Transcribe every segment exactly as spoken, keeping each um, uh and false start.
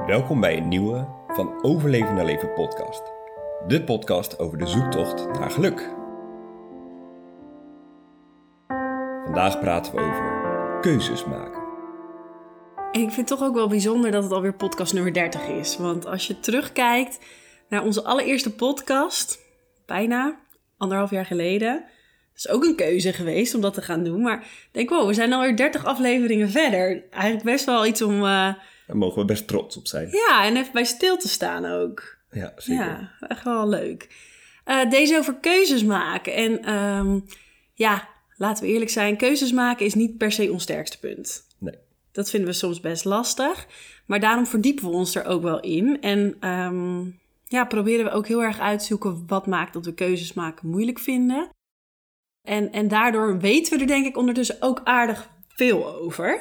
Welkom bij een nieuwe Van Overleven naar Leven podcast. De podcast over de zoektocht naar geluk. Vandaag praten we over keuzes maken. En ik vind het toch ook wel bijzonder dat het alweer podcast nummer dertig is. Want als je terugkijkt naar onze allereerste podcast, bijna anderhalf jaar geleden, is ook een keuze geweest om dat te gaan doen. Maar ik denk, wow, we zijn alweer dertig afleveringen verder. Eigenlijk best wel iets om... Uh... Daar mogen we best trots op zijn. Ja, en even bij stil te staan ook. Ja, zeker. Ja, echt wel leuk. Uh, deze over keuzes maken. En um, ja, laten we eerlijk zijn, keuzes maken is niet per se ons sterkste punt. Nee. Dat vinden we soms best lastig. Maar daarom verdiepen we ons er ook wel in. En um, ja, proberen we ook heel erg uit te zoeken wat maakt dat we keuzes maken moeilijk vinden. En, en daardoor weten we er denk ik ondertussen ook aardig veel over.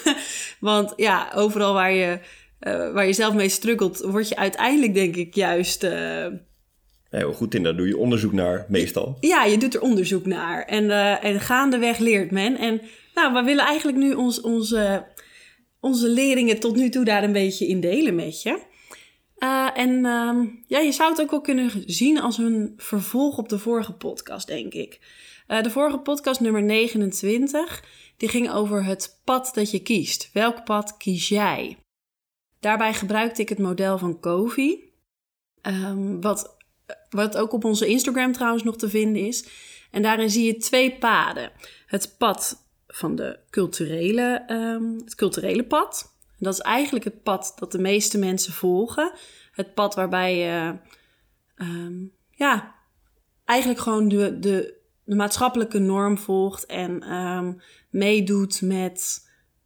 Want ja, overal waar je, uh, waar je zelf mee struggelt, word je uiteindelijk denk ik juist... Uh, Heel goed in, daar doe je onderzoek naar meestal. Ja, je doet er onderzoek naar. En, uh, en gaandeweg leert men. En nou, we willen eigenlijk nu ons, onze, onze leringen tot nu toe daar een beetje in delen met je. Uh, en uh, ja, je zou het ook wel kunnen zien als een vervolg op de vorige podcast, denk ik. Uh, de vorige podcast, nummer negenentwintig, die ging over het pad dat je kiest. Welk pad kies jij? Daarbij gebruikte ik het model van Covey, um, wat, wat ook op onze Instagram trouwens nog te vinden is. En daarin zie je twee paden. Het pad van de culturele, um, het culturele pad. Dat is eigenlijk het pad dat de meeste mensen volgen. Het pad waarbij je um, ja, eigenlijk gewoon de, de, de maatschappelijke norm volgt en um, meedoet met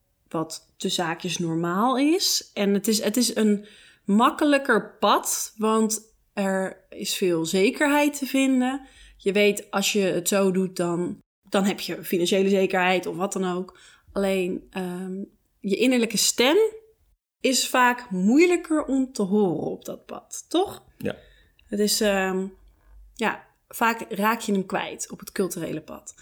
wat tussen haakjes normaal is. En het is, het is een makkelijker pad, want er is veel zekerheid te vinden. Je weet, als je het zo doet, dan, dan heb je financiële zekerheid of wat dan ook. Alleen... Um, je innerlijke stem is vaak moeilijker om te horen op dat pad, toch? Ja. Het is, um, ja, vaak raak je hem kwijt op het culturele pad.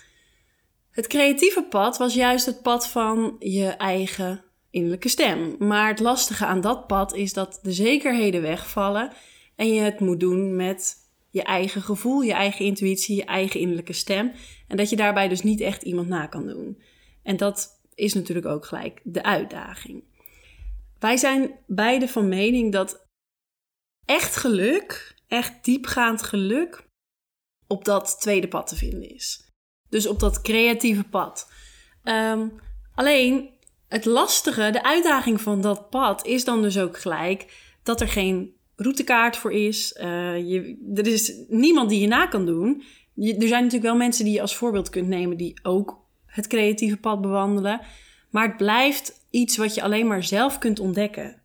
Het creatieve pad was juist het pad van je eigen innerlijke stem. Maar het lastige aan dat pad is dat de zekerheden wegvallen en je het moet doen met je eigen gevoel, je eigen intuïtie, je eigen innerlijke stem. En dat je daarbij dus niet echt iemand na kan doen. En dat is natuurlijk ook gelijk de uitdaging. Wij zijn beide van mening dat echt geluk, echt diepgaand geluk, op dat tweede pad te vinden is. Dus op dat creatieve pad. Um, alleen het lastige, de uitdaging van dat pad is dan dus ook gelijk dat er geen routekaart voor is. Uh, je, er is niemand die je na kan doen. Je, er zijn natuurlijk wel mensen die je als voorbeeld kunt nemen die ook het creatieve pad bewandelen. Maar het blijft iets wat je alleen maar zelf kunt ontdekken.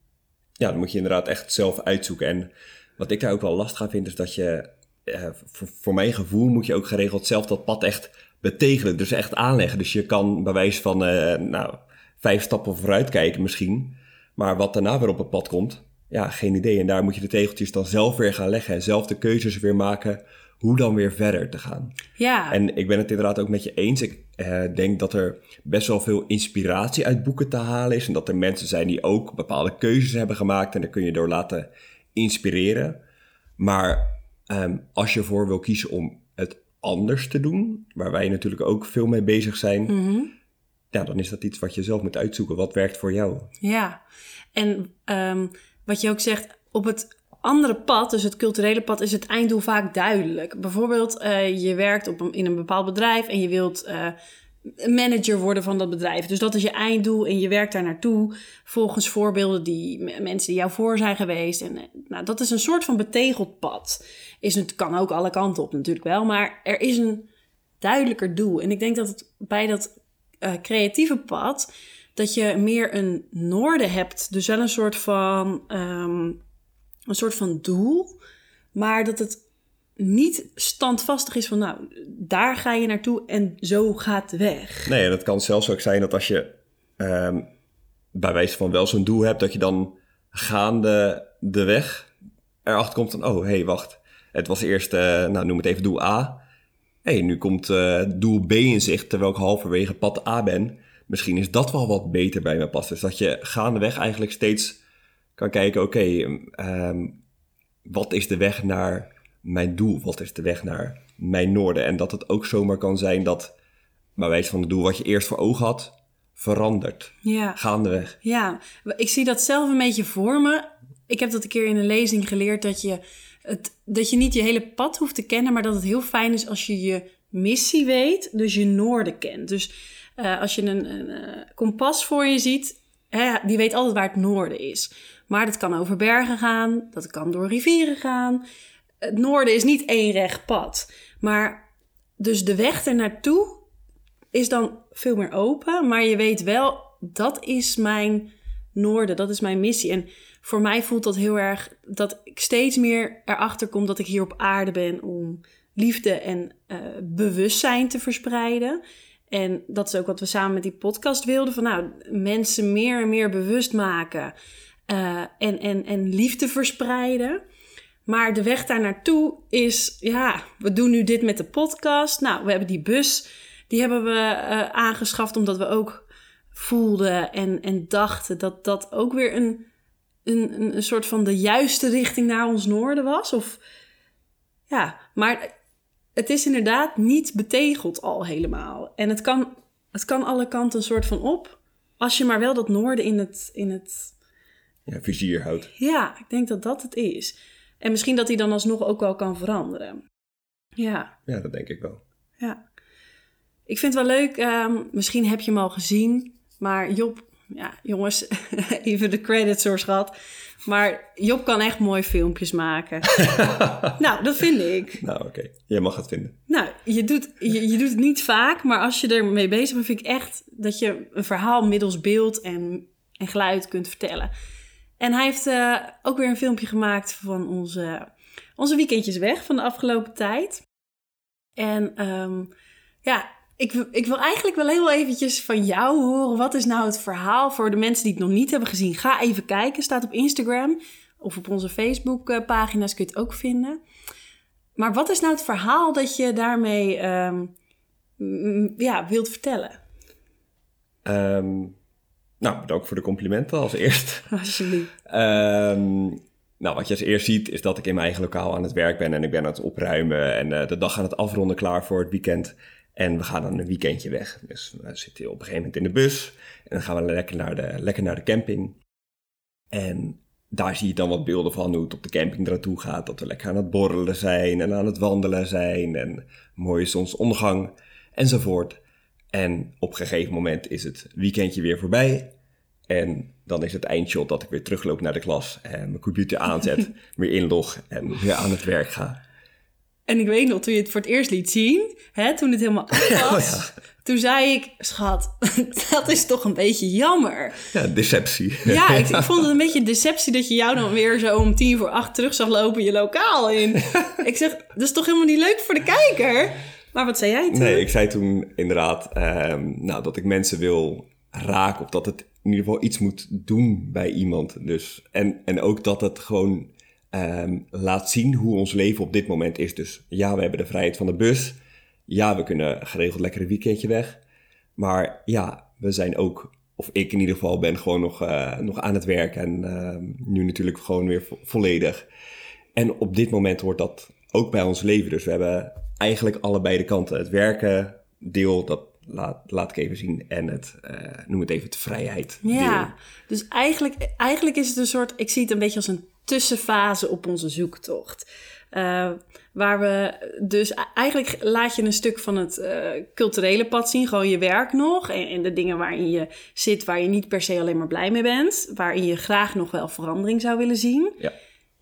Ja, dan moet je inderdaad echt zelf uitzoeken. En wat ik daar ook wel lastig aan vind, is dat je... Eh, voor, voor mijn gevoel moet je ook geregeld zelf dat pad echt betegelen. Dus echt aanleggen. Dus je kan bij wijze van uh, nou, vijf stappen vooruit kijken misschien. Maar wat daarna weer op het pad komt, ja, geen idee. En daar moet je de tegeltjes dan zelf weer gaan leggen. En zelf de keuzes weer maken hoe dan weer verder te gaan. Ja. En ik ben het inderdaad ook met je eens. Ik uh, denk dat er best wel veel inspiratie uit boeken te halen is. En dat er mensen zijn die ook bepaalde keuzes hebben gemaakt. En daar kun je door laten inspireren. Maar um, als je ervoor wil kiezen om het anders te doen, waar wij natuurlijk ook veel mee bezig zijn, mm-hmm. ja, dan is dat iets wat je zelf moet uitzoeken. Wat werkt voor jou? Ja, en um, wat je ook zegt, op het andere pad, dus het culturele pad, is het einddoel vaak duidelijk. Bijvoorbeeld, uh, je werkt op een, in een bepaald bedrijf en je wilt uh, manager worden van dat bedrijf. Dus dat is je einddoel en je werkt daar naartoe volgens voorbeelden die mensen die jou voor zijn geweest. En nou, dat is een soort van betegeld pad. Is het kan ook alle kanten op natuurlijk wel, maar er is een duidelijker doel. En ik denk dat het bij dat uh, creatieve pad, dat je meer een noorden hebt. Dus wel een soort van... Um, een soort van doel, maar dat het niet standvastig is van, nou, daar ga je naartoe en zo gaat het weg. Nee, dat kan zelfs ook zijn dat als je um, bij wijze van wel zo'n doel hebt, dat je dan gaande de weg erachter komt van, oh, hé, hey, wacht. Het was eerst, uh, nou, noem het even doel A. Hé, hey, nu komt uh, doel B in zicht, terwijl ik halverwege pad A ben. Misschien is dat wel wat beter bij me past. Dus dat je gaandeweg eigenlijk steeds kan kijken, oké, okay, um, wat is de weg naar mijn doel? Wat is de weg naar mijn noorden? En dat het ook zomaar kan zijn dat, bij wijze van het doel wat je eerst voor ogen had, verandert. Ja. Gaandeweg. Ja, ik zie dat zelf een beetje voor me. Ik heb dat een keer in een lezing geleerd dat je, het, dat je niet je hele pad hoeft te kennen, maar dat het heel fijn is als je je missie weet, dus je noorden kent. Dus uh, als je een, een uh, kompas voor je ziet, hè, die weet altijd waar het noorden is. Maar dat kan over bergen gaan, dat kan door rivieren gaan. Het noorden is niet één recht pad. Maar dus de weg ernaartoe is dan veel meer open. Maar je weet wel, dat is mijn noorden, dat is mijn missie. En voor mij voelt dat heel erg dat ik steeds meer erachter kom dat ik hier op aarde ben om liefde en uh, bewustzijn te verspreiden. En dat is ook wat we samen met die podcast wilden. Van nou, mensen meer en meer bewust maken. Uh, en, en, en liefde verspreiden. Maar de weg daar naartoe is, ja, we doen nu dit met de podcast. Nou, we hebben die bus, die hebben we uh, aangeschaft omdat we ook voelden en, en dachten dat dat ook weer een, een, een soort van de juiste richting naar ons noorden was. Of ja, maar het is inderdaad niet betegeld al helemaal. En het kan, het kan alle kanten een soort van op, als je maar wel dat noorden in het, in het ja, vizier houdt. Ja, ik denk dat dat het is. En misschien dat hij dan alsnog ook wel kan veranderen. Ja. Ja, dat denk ik wel. Ja. Ik vind het wel leuk, um, misschien heb je hem al gezien, maar Job, ja jongens, even de credits hoor schat. Maar Job kan echt mooie filmpjes maken. Nou, dat vind ik. Nou, oké. Okay. Jij mag het vinden. Nou, je doet, je, je doet het niet vaak, maar als je ermee bezig bent, vind ik echt dat je een verhaal middels beeld en, en geluid kunt vertellen. En hij heeft uh, ook weer een filmpje gemaakt van onze, onze weekendjes weg van de afgelopen tijd. En um, ja, ik, ik wil eigenlijk wel heel eventjes van jou horen. Wat is nou het verhaal voor de mensen die het nog niet hebben gezien? Ga even kijken, staat op Instagram of op onze Facebook pagina's kun je het ook vinden. Maar wat is nou het verhaal dat je daarmee um, ja, wilt vertellen? Um... Nou, bedankt voor de complimenten als eerst. Alsjeblieft. Um, nou, wat je als eerst ziet is dat ik in mijn eigen lokaal aan het werk ben en ik ben aan het opruimen en uh, de dag aan het afronden klaar voor het weekend. En we gaan dan een weekendje weg. Dus we zitten op een gegeven moment in de bus en dan gaan we lekker naar de, lekker naar de camping. En daar zie je dan wat beelden van hoe het op de camping naartoe gaat. Dat we lekker aan het borrelen zijn en aan het wandelen zijn en mooie zonsondergang enzovoort. En op een gegeven moment is het weekendje weer voorbij. En dan is het eindshot dat ik weer terugloop naar de klas en mijn computer aanzet, weer inlog en weer aan het werk ga. En ik weet nog, toen je het voor het eerst liet zien, hè, toen het helemaal af was, oh ja. Toen zei ik, schat, dat is toch een beetje jammer. Ja, deceptie. Ja, ik, ik vond het een beetje deceptie dat je jou dan weer zo om tien voor acht terug zag lopen je lokaal in. Ik zeg, dat is toch helemaal niet leuk voor de kijker? Maar wat zei jij toen? Nee, ik zei toen inderdaad um, nou, dat ik mensen wil raken. Of dat het in ieder geval iets moet doen bij iemand. Dus, en, en ook dat het gewoon um, laat zien hoe ons leven op dit moment is. Dus ja, we hebben de vrijheid van de bus. Ja, we kunnen geregeld lekker een weekendje weg. Maar ja, we zijn ook, of ik in ieder geval ben gewoon nog, uh, nog aan het werk. En uh, nu natuurlijk gewoon weer vo- volledig. En op dit moment hoort dat ook bij ons leven. Dus we hebben eigenlijk allebei de kanten. Het werken deel, dat laat, laat ik even zien. En het, uh, noem het even, het vrijheid deel. Ja, dus eigenlijk, eigenlijk is het een soort, ik zie het een beetje als een tussenfase op onze zoektocht. Uh, waar we dus, eigenlijk laat je een stuk van het uh, culturele pad zien. Gewoon je werk nog. En, en de dingen waarin je zit, waar je niet per se alleen maar blij mee bent. Waarin je graag nog wel verandering zou willen zien. Ja.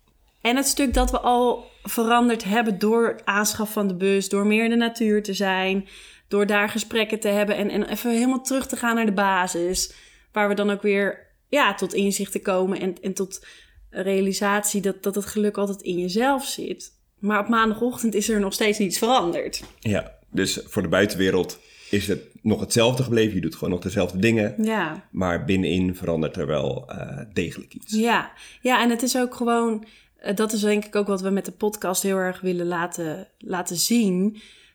En het stuk dat we al veranderd hebben door het aanschaf van de bus, door meer in de natuur te zijn, door daar gesprekken te hebben en, en even helemaal terug te gaan naar de basis. Waar we dan ook weer ja, tot inzichten komen en, en tot realisatie dat, dat het geluk altijd in jezelf zit. Maar op maandagochtend is er nog steeds niets veranderd. Ja, dus voor de buitenwereld is het nog hetzelfde gebleven. Je doet gewoon nog dezelfde dingen. Ja. Maar binnenin verandert er wel uh, degelijk iets. Ja. ja, en het is ook gewoon, dat is denk ik ook wat we met de podcast heel erg willen laten, laten zien.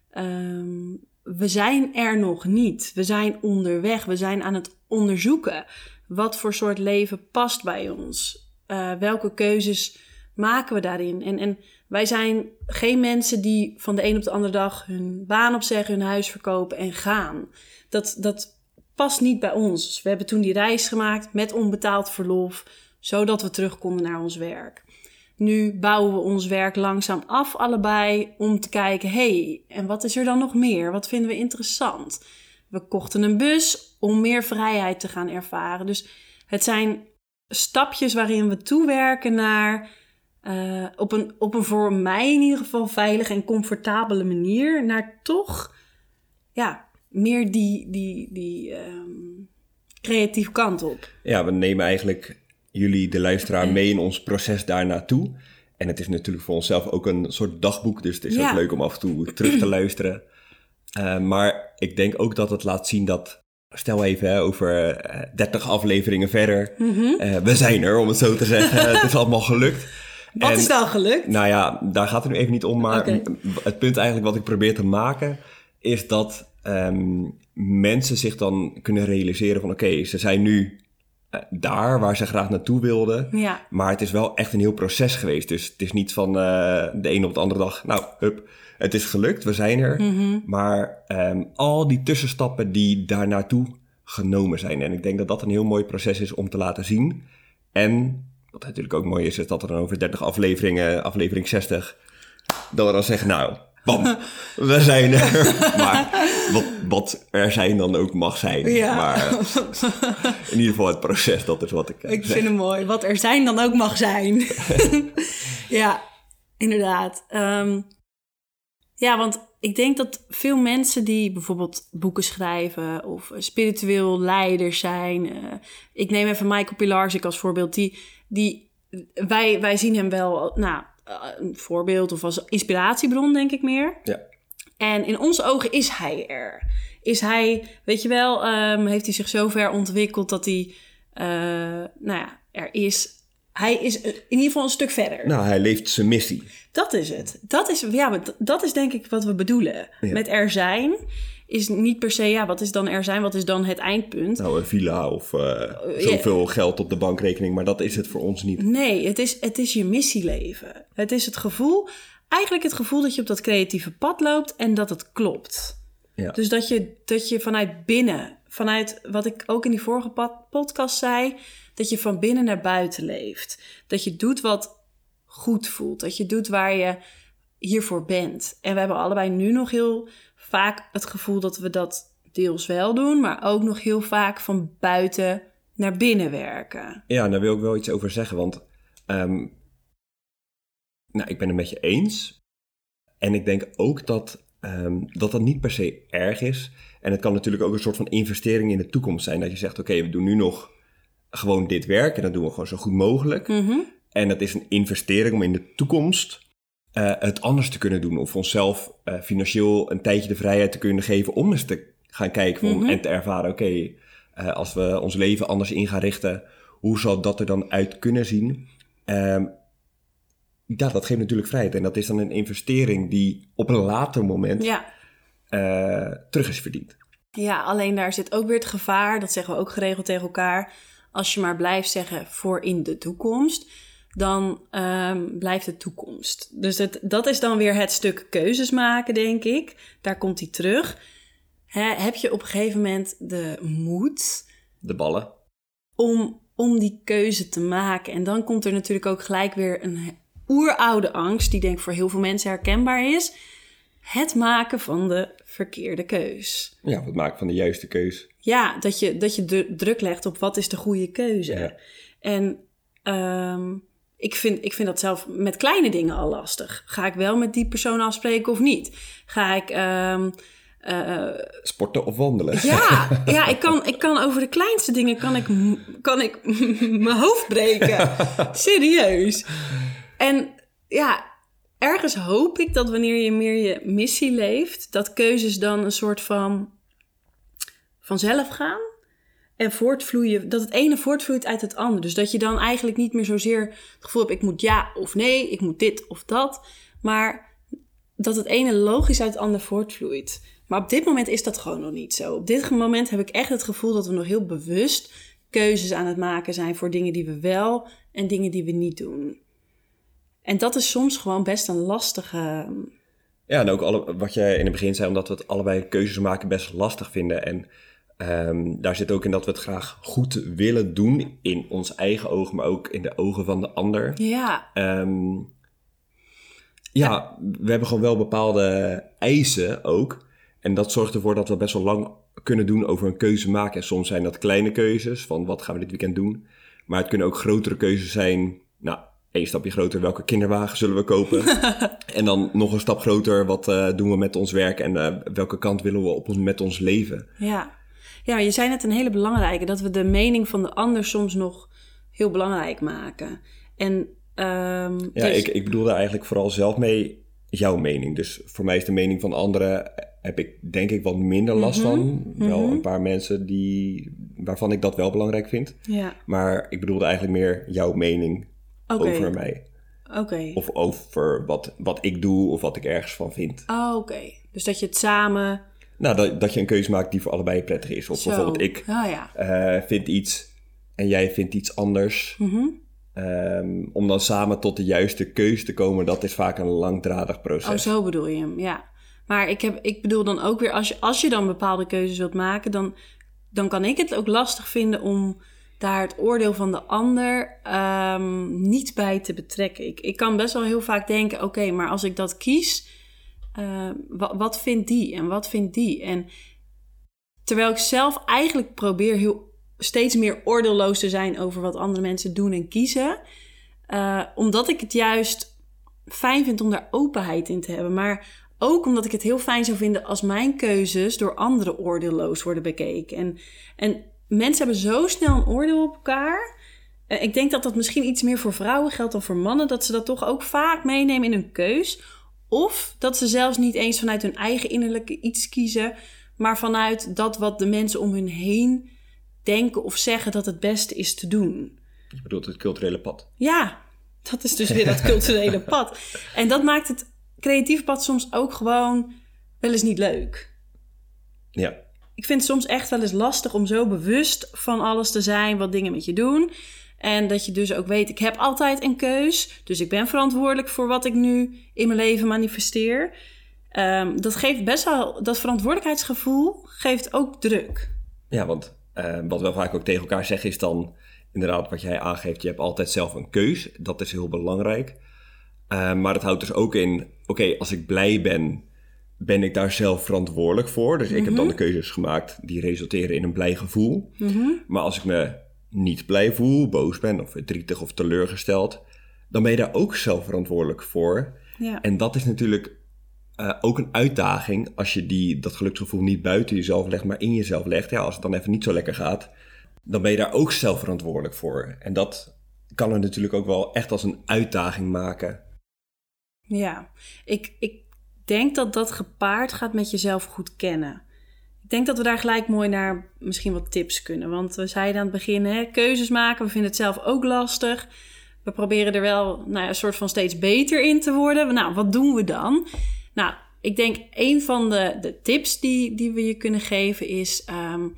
Um, we zijn er nog niet. We zijn onderweg. We zijn aan het onderzoeken wat voor soort leven past bij ons. uh, welke keuzes maken we daarin? En, en wij zijn geen mensen die van de een op de andere dag hun baan opzeggen, hun huis verkopen en gaan. Dat, dat past niet bij ons. We hebben toen die reis gemaakt met onbetaald verlof, zodat we terug konden naar ons werk. Nu bouwen we ons werk langzaam af allebei om te kijken, hé, hey, en wat is er dan nog meer? Wat vinden we interessant? We kochten een bus om meer vrijheid te gaan ervaren. Dus het zijn stapjes waarin we toewerken naar, uh, op, een, op een voor mij in ieder geval veilige en comfortabele manier, naar toch, ja, meer die, die, die um, creatieve kant op. Ja, we nemen eigenlijk jullie, de luisteraar, mee in ons proces daar naartoe. En het is natuurlijk voor onszelf ook een soort dagboek, dus het is ja. ook leuk om af en toe terug te luisteren. Uh, maar ik denk ook dat het laat zien dat, stel even hè, over uh, dertig afleveringen verder, mm-hmm. uh, we zijn er, om het zo te zeggen. Het is allemaal gelukt. Wat en, is dan gelukt? Nou ja, daar gaat het nu even niet om, maar okay. het punt eigenlijk wat ik probeer te maken, is dat um, mensen zich dan kunnen realiseren van, oké, okay, ze zijn nu uh, daar waar ze graag naartoe wilden, ja. maar het is wel echt een heel proces geweest. Dus het is niet van uh, de ene op de andere dag, nou, hup, het is gelukt, we zijn er. Mm-hmm. Maar um, al die tussenstappen die daar naartoe genomen zijn. En ik denk dat dat een heel mooi proces is om te laten zien. En wat natuurlijk ook mooi is, is dat er dan over dertig afleveringen, aflevering zestig, dat we dan zeggen, nou, bam, we zijn er. Maar wat, wat er zijn dan ook mag zijn. Ja. Maar in ieder geval het proces, dat is wat ik uh, Ik zeg. vind het mooi, wat er zijn dan ook mag zijn. Ja, inderdaad. Um, Ja, want ik denk dat veel mensen die bijvoorbeeld boeken schrijven of spiritueel leiders zijn. Uh, ik neem even Michael Pilarczyk als voorbeeld. Die, die, wij, wij zien hem wel, nou, een voorbeeld of als inspiratiebron, denk ik meer. Ja. En in onze ogen is hij er. Is hij, weet je wel, um, heeft hij zich zo ver ontwikkeld dat hij, uh, nou ja, er is. Hij is in ieder geval een stuk verder. Nou, hij leeft zijn missie. Dat is het. Dat is, ja, dat is denk ik wat we bedoelen. Ja. Met er zijn is niet per se, ja, wat is dan er zijn? Wat is dan het eindpunt? Nou, een villa of uh, zoveel ja. geld op de bankrekening. Maar dat is het voor ons niet. Nee, het is, het is je missieleven. Het is het gevoel, eigenlijk het gevoel dat je op dat creatieve pad loopt en dat het klopt. Ja. Dus dat je, dat je vanuit binnen, vanuit wat ik ook in die vorige podcast zei, dat je van binnen naar buiten leeft. Dat je doet wat goed voelt. Dat je doet waar je hiervoor bent. En we hebben allebei nu nog heel vaak het gevoel dat we dat deels wel doen, maar ook nog heel vaak van buiten naar binnen werken. Ja, daar wil ik wel iets over zeggen, want um, nou, ik ben het met je eens. En ik denk ook dat, um, dat dat niet per se erg is. En het kan natuurlijk ook een soort van investering in de toekomst zijn. Dat je zegt, oké, okay, we doen nu nog gewoon dit werk en dat doen we gewoon zo goed mogelijk. Mm-hmm. En dat is een investering om in de toekomst uh, het anders te kunnen doen. Of onszelf uh, financieel een tijdje de vrijheid te kunnen geven om eens te gaan kijken van, mm-hmm. en te ervaren, oké, okay, uh, als we ons leven anders in gaan richten, hoe zal dat er dan uit kunnen zien? Um, ja, dat geeft natuurlijk vrijheid. En dat is dan een investering die op een later moment ja. uh, terug is verdiend. Ja, alleen daar zit ook weer het gevaar, dat zeggen we ook geregeld tegen elkaar. Als je maar blijft zeggen voor in de toekomst, dan um, blijft het toekomst. Dus het, dat is dan weer het stuk keuzes maken, denk ik. Daar komt hij terug. He, heb je op een gegeven moment de moed, de ballen, om, om die keuze te maken. En dan komt er natuurlijk ook gelijk weer een oeroude angst, die denk ik voor heel veel mensen herkenbaar is. Het maken van de verkeerde keus. Ja, het maken van de juiste keus. Ja, dat je, dat je de druk legt op wat is de goede keuze. Ja. En um, ik, vind, ik vind dat zelf met kleine dingen al lastig. Ga ik wel met die persoon afspreken of niet? Ga ik Um, uh, sporten of wandelen? Ja, ja ik, kan, ik kan over de kleinste dingen kan ik, kan ik mijn hoofd breken. Serieus. En ja, ergens hoop ik dat wanneer je meer je missie leeft, dat keuzes dan een soort van vanzelf gaan en voortvloeien, dat het ene voortvloeit uit het andere. Dus dat je dan eigenlijk niet meer zozeer het gevoel hebt, ik moet ja of nee, ik moet dit of dat, maar dat het ene logisch uit het andere voortvloeit. Maar op dit moment is dat gewoon nog niet zo. Op dit moment heb ik echt het gevoel dat we nog heel bewust keuzes aan het maken zijn voor dingen die we wel en dingen die we niet doen. En dat is soms gewoon best een lastige... Ja, en ook alle, wat je in het begin zei, omdat we het allebei keuzes maken best lastig vinden. En um, daar zit ook in dat we het graag goed willen doen in ons eigen ogen, maar ook in de ogen van de ander. Ja. Um, ja, ja, we hebben gewoon wel bepaalde eisen ook. En dat zorgt ervoor dat we best wel lang kunnen doen over een keuze maken. En soms zijn dat kleine keuzes, van wat gaan we dit weekend doen. Maar het kunnen ook grotere keuzes zijn. Nou, één stapje groter, welke kinderwagen zullen we kopen? En dan nog een stap groter, wat uh, doen we met ons werk en uh, welke kant willen we op ons, met ons leven? Ja. ja, maar je zei net een hele belangrijke, dat we de mening van de ander soms nog heel belangrijk maken. En, um, ja, dus... ik, ik bedoel daar eigenlijk vooral zelf mee jouw mening. Dus voor mij is de mening van anderen, heb ik denk ik wat minder last mm-hmm. van. Mm-hmm. Wel een paar mensen die, waarvan ik dat wel belangrijk vind. Ja. Maar ik bedoelde eigenlijk meer jouw mening okay. over mij. Okay. Of over wat, wat ik doe of wat ik ergens van vind. Oh, oké. Okay. Dus dat je het samen... Nou, dat, dat je een keuze maakt die voor allebei prettig is. Of Zo. bijvoorbeeld ik oh, ja. uh, vind iets en jij vindt iets anders. Mm-hmm. Um, om dan samen tot de juiste keuze te komen, dat is vaak een langdradig proces. Oh, zo bedoel je hem, ja. Maar ik, heb, ik bedoel dan ook weer, als je, als je dan bepaalde keuzes wilt maken, dan, dan kan ik het ook lastig vinden om daar het oordeel van de ander um, niet bij te betrekken. Ik, ik kan best wel heel vaak denken, oké, okay, maar als ik dat kies, uh, wat, wat vindt die en wat vindt die? En terwijl ik zelf eigenlijk probeer heel steeds meer oordeelloos te zijn over wat andere mensen doen en kiezen, uh, omdat ik het juist fijn vind om daar openheid in te hebben, maar ook omdat ik het heel fijn zou vinden als mijn keuzes door anderen oordeelloos worden bekeken. En, en mensen hebben zo snel een oordeel op elkaar. Uh, ik denk dat dat misschien iets meer voor vrouwen geldt dan voor mannen, dat ze dat toch ook vaak meenemen in hun keus. Of dat ze zelfs niet eens vanuit hun eigen innerlijke iets kiezen, maar vanuit dat wat de mensen om hun heen denken of zeggen dat het beste is te doen. Je bedoelt het culturele pad. Ja, dat is dus weer dat culturele pad. En dat maakt het creatieve pad soms ook gewoon wel eens niet leuk. Ja. Ik vind het soms echt wel eens lastig om zo bewust van alles te zijn, wat dingen met je doen. En dat je dus ook weet, ik heb altijd een keus. Dus ik ben verantwoordelijk voor wat ik nu in mijn leven manifesteer. Um, dat geeft best wel, dat verantwoordelijkheidsgevoel geeft ook druk. Ja, want uh, wat we vaak ook tegen elkaar zeggen is dan inderdaad wat jij aangeeft. Je hebt altijd zelf een keus. Dat is heel belangrijk. Uh, maar dat houdt dus ook in, oké, okay, als ik blij ben, ben ik daar zelf verantwoordelijk voor. Dus mm-hmm. ik heb dan de keuzes gemaakt die resulteren in een blij gevoel. Mm-hmm. Maar als ik me niet blij voel, boos ben of verdrietig of teleurgesteld, dan ben je daar ook zelf verantwoordelijk voor. Ja. En dat is natuurlijk uh, ook een uitdaging als je die, dat geluksgevoel niet buiten jezelf legt, maar in jezelf legt. Ja, als het dan even niet zo lekker gaat, dan ben je daar ook zelf verantwoordelijk voor. En dat kan er natuurlijk ook wel echt als een uitdaging maken. Ja, ik, ik denk dat dat gepaard gaat met jezelf goed kennen. Ik denk dat we daar gelijk mooi naar misschien wat tips kunnen. Want we zeiden aan het begin, hè, keuzes maken, we vinden het zelf ook lastig. We proberen er wel nou ja, een soort van steeds beter in te worden. Nou, wat doen we dan? Nou, ik denk een van de, de tips die, die we je kunnen geven is um,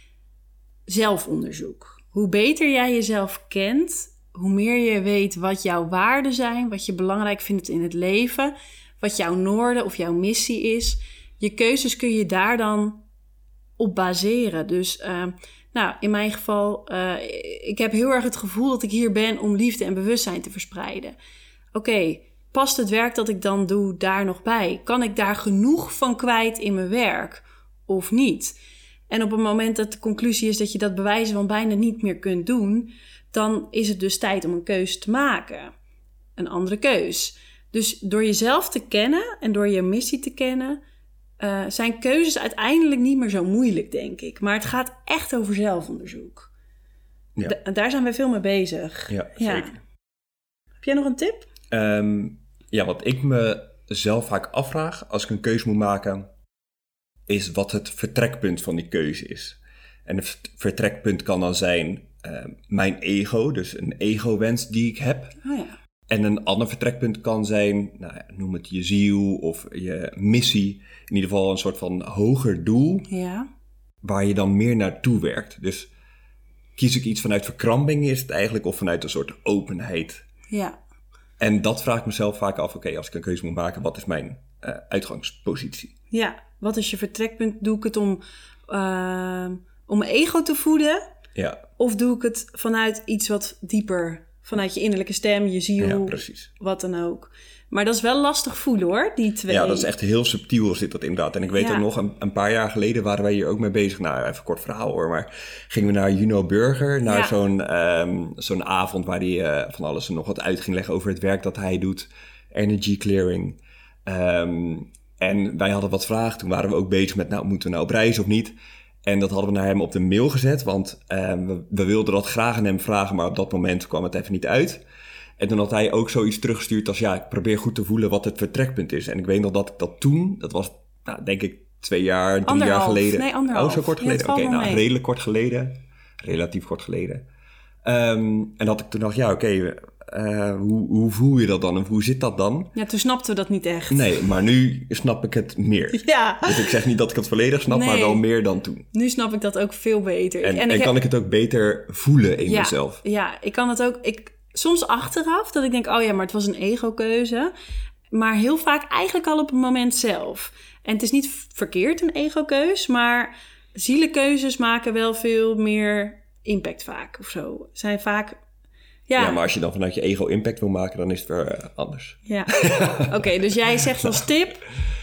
zelfonderzoek. Hoe beter jij jezelf kent, hoe meer je weet wat jouw waarden zijn, wat je belangrijk vindt in het leven, wat jouw noorden of jouw missie is. Je keuzes kun je daar dan op baseren. Dus uh, nou, in mijn geval, uh, ik heb heel erg het gevoel dat ik hier ben om liefde en bewustzijn te verspreiden. Oké, okay, past het werk dat ik dan doe daar nog bij? Kan ik daar genoeg van kwijt in mijn werk of niet? En op het moment dat de conclusie is dat je dat bewijzen van bijna niet meer kunt doen, dan is het dus tijd om een keus te maken. Een andere keus. Dus door jezelf te kennen en door je missie te kennen, uh, zijn keuzes uiteindelijk niet meer zo moeilijk, denk ik. Maar het gaat echt over zelfonderzoek. Ja. Da- daar zijn we veel mee bezig. Ja, zeker. Ja. Heb jij nog een tip? Um, ja, wat ik me zelf vaak afvraag als ik een keuze moet maken, is wat het vertrekpunt van die keuze is. En het vertrekpunt kan dan zijn uh, mijn ego, dus een ego-wens die ik heb. Oh ja. En een ander vertrekpunt kan zijn, nou ja, noem het je ziel of je missie. In ieder geval een soort van hoger doel, ja. waar je dan meer naartoe werkt. Dus kies ik iets vanuit verkramping is het eigenlijk of vanuit een soort openheid? Ja. En dat vraag ik mezelf vaak af. Oké, okay, als ik een keuze moet maken, wat is mijn uh, uitgangspositie? Ja, wat is je vertrekpunt? Doe ik het om, uh, om mijn ego te voeden? Ja. Of doe ik het vanuit iets wat dieper? Vanuit je innerlijke stem, je ziel, ja, precies. Wat dan ook. Maar dat is wel lastig voelen hoor, die twee. Ja, dat is echt heel subtiel zit dat inderdaad. En ik weet ja. ook nog, een, een paar jaar geleden waren wij hier ook mee bezig. Nou, even een kort verhaal hoor. Maar gingen we naar Juno Burger. Naar ja. zo'n, um, zo'n avond waar hij uh, van alles en nog wat uit ging leggen over het werk dat hij doet. Energy clearing. Um, en wij hadden wat vragen. Toen waren we ook bezig met, nou, moeten we nou op reis of niet? En dat hadden we naar hem op de mail gezet. Want um, we, we wilden dat graag aan hem vragen. Maar op dat moment kwam het even niet uit. En toen had hij ook zoiets teruggestuurd als... ja, ik probeer goed te voelen wat het vertrekpunt is. En ik weet nog dat ik dat toen... dat was, nou, denk ik, twee jaar, drie anderhalf. jaar geleden. Nee, anderhalf. Oh, zo kort geleden? Ja, Oké, okay, nou, mee. redelijk kort geleden. Relatief kort geleden. Um, en dat ik toen dacht, ja, oké... Okay, uh, hoe, hoe voel je dat dan? En hoe zit dat dan? Ja, toen snapten we dat niet echt. Nee, maar nu snap ik het meer. Ja. Dus ik zeg niet dat ik het volledig snap, nee. maar wel meer dan toen. Nu snap ik dat ook veel beter. En, en, en ik kan heb... ik het ook beter voelen in ja, mezelf. Ja, ik kan het ook... Ik... Soms achteraf, dat ik denk, oh ja, maar het was een ego-keuze. Maar heel vaak eigenlijk al op het moment zelf. En het is niet verkeerd, een ego-keus, maar zielenkeuzes maken wel veel meer impact vaak of zo. Zijn vaak... Ja. ja, maar als je dan vanuit je ego impact wil maken, dan is het weer uh, anders. Ja, oké, okay, dus jij zegt als tip...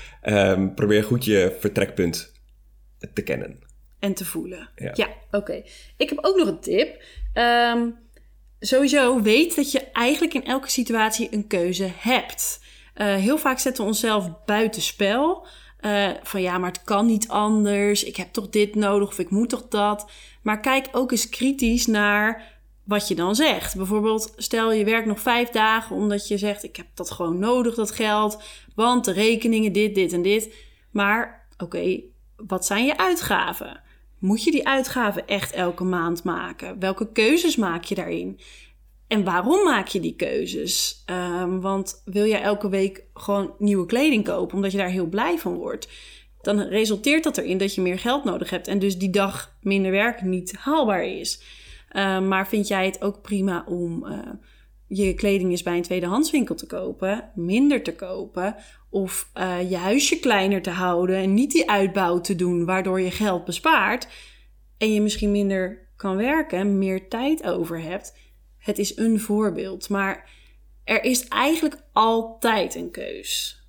Um, probeer goed je vertrekpunt te kennen. En te voelen. Ja, ja oké. Okay. Ik heb ook nog een tip... Um, Sowieso weet dat je eigenlijk in elke situatie een keuze hebt. Uh, heel vaak zetten we onszelf buitenspel. Uh, van ja, maar het kan niet anders. Ik heb toch dit nodig of ik moet toch dat. Maar kijk ook eens kritisch naar wat je dan zegt. Bijvoorbeeld, stel je werkt nog vijf dagen omdat je zegt... ik heb dat gewoon nodig, dat geld. Want de rekeningen, dit, dit en dit. Maar oké, okay, wat zijn je uitgaven? Moet je die uitgaven echt elke maand maken? Welke keuzes maak je daarin? En waarom maak je die keuzes? Um, want wil jij elke week gewoon nieuwe kleding kopen... omdat je daar heel blij van wordt... dan resulteert dat erin dat je meer geld nodig hebt... en dus die dag minder werk niet haalbaar is. Uh, maar vind jij het ook prima om uh, je kleding eens bij een tweedehandswinkel te kopen... minder te kopen... of uh, je huisje kleiner te houden en niet die uitbouw te doen... waardoor je geld bespaart en je misschien minder kan werken... meer tijd over hebt. Het is een voorbeeld, maar er is eigenlijk altijd een keus.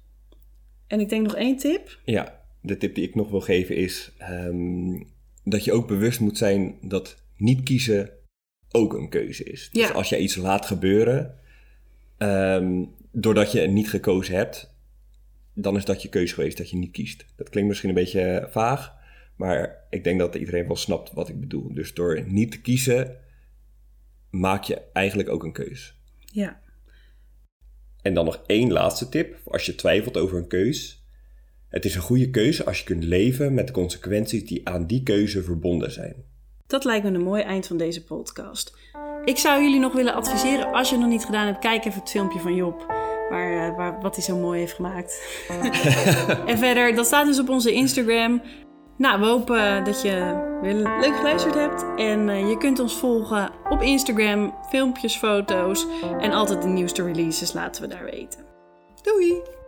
En ik denk nog één tip. Ja, de tip die ik nog wil geven is... Um, dat je ook bewust moet zijn dat niet kiezen ook een keuze is. Ja. Dus als je iets laat gebeuren... Um, doordat je niet gekozen hebt... dan is dat je keuze geweest dat je niet kiest. Dat klinkt misschien een beetje vaag... maar ik denk dat iedereen wel snapt wat ik bedoel. Dus door niet te kiezen... maak je eigenlijk ook een keus. Ja. En dan nog één laatste tip. Als je twijfelt over een keus. Het is een goede keuze als je kunt leven met de consequenties die aan die keuze verbonden zijn. Dat lijkt me een mooi eind van deze podcast. Ik zou jullie nog willen adviseren, als je het nog niet gedaan hebt, kijk even het filmpje van Job. Waar, uh, waar, wat hij zo mooi heeft gemaakt. En verder, dat staat dus op onze Instagram. Nou, we hopen dat je weer leuk geluisterd hebt. En uh, je kunt ons volgen op Instagram, filmpjes, foto's. En altijd de nieuwste releases laten we daar weten. Doei!